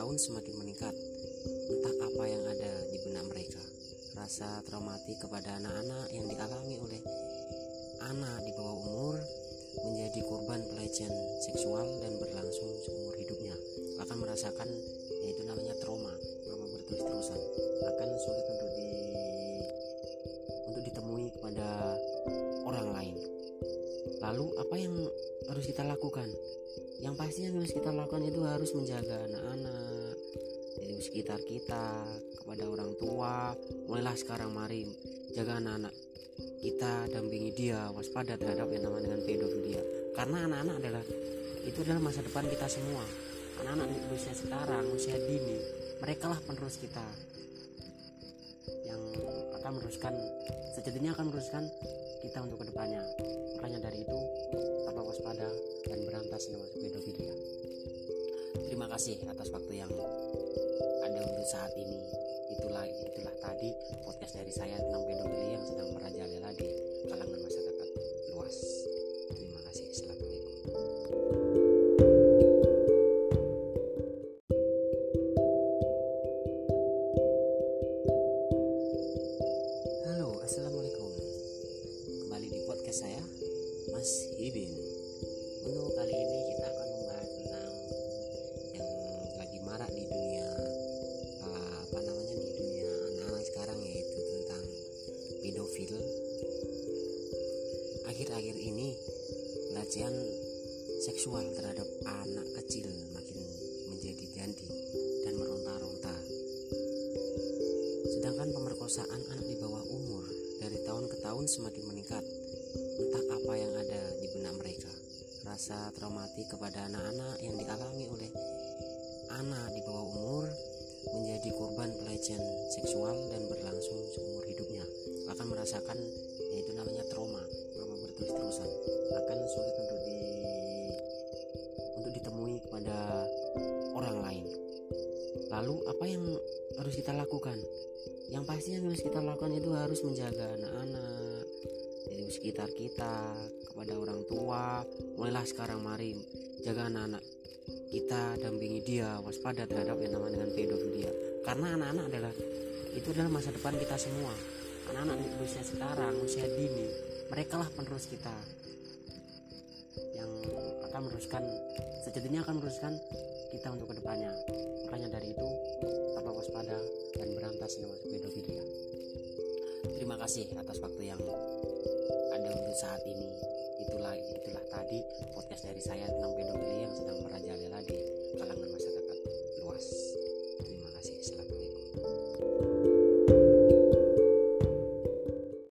tahun semakin meningkat. Entah apa yang ada di benak mereka. Rasa traumatik kepada anak-anak yang dialami oleh anak di bawah umur menjadi korban pelecehan seksual dan berlangsung seumur hidupnya akan merasakan yaitu namanya trauma berterus-terusan, akan sulit untuk ditemui kepada orang lain. Lalu apa yang harus kita lakukan? Yang pasti yang harus kita lakukan itu harus menjaga anak-anak di sekitar kita, kepada orang tua. Mulailah sekarang, mari jaga anak-anak kita, dampingi dia, waspada terhadap yang namanya dengan pedofilia. Karena anak-anak adalah masa depan kita semua. Anak-anak di usia sekarang, usia dini, mereka lah penerus kita yang akan sejatinya akan meneruskan kita untuk kedepannya. Makanya dari itu, tetap waspada dan berantas dengan pedofilia. Terima kasih atas waktu yang ada untuk saat ini. Itulah tadi podcast dari saya tentang pedofilia yang sedang merajalela di kalangan masyarakat luas. Terima kasih. Assalamualaikum. Halo, assalamualaikum. Kembali di podcast saya, Mas Ibin. Untuk kali ini kita akan membahas tentang yang lagi marak di dunia anak-anak sekarang, yaitu tentang pedofil. Akhir-akhir ini pelecehan seksual terhadap anak kecil makin menjadi ganti dan meronta-ronta. Sedangkan pemerkosaan anak di bawah umur dari tahun ke tahun semakin meningkat. Entah apa yang ada di benak mereka. Rasa traumatik kepada anak-anak yang dialami oleh anak di bawah umur menjadi korban pelecehan seksual dan berlangsung seumur hidupnya akan merasakan yaitu namanya trauma berterus-terusan, akan sulit untuk ditemui kepada orang lain. Lalu apa yang harus kita lakukan? Yang pasti yang harus kita lakukan itu harus menjaga anak-anak di sekitar kita, kepada orang tua. Mulailah sekarang, mari jaga anak-anak kita, dampingi dia, waspada terhadap yang namanya dengan pedofilia. Karena anak-anak adalah masa depan kita semua. Anak-anak di usia sekarang, usia dini, mereka lah penerus kita yang akan sejatinya akan meneruskan kita untuk kedepannya. Makanya dari itu, tetap waspada dan berantas dengan pedofilia. Terima kasih atas waktu yang ada untuk saat ini. Itulah tadi podcast dari saya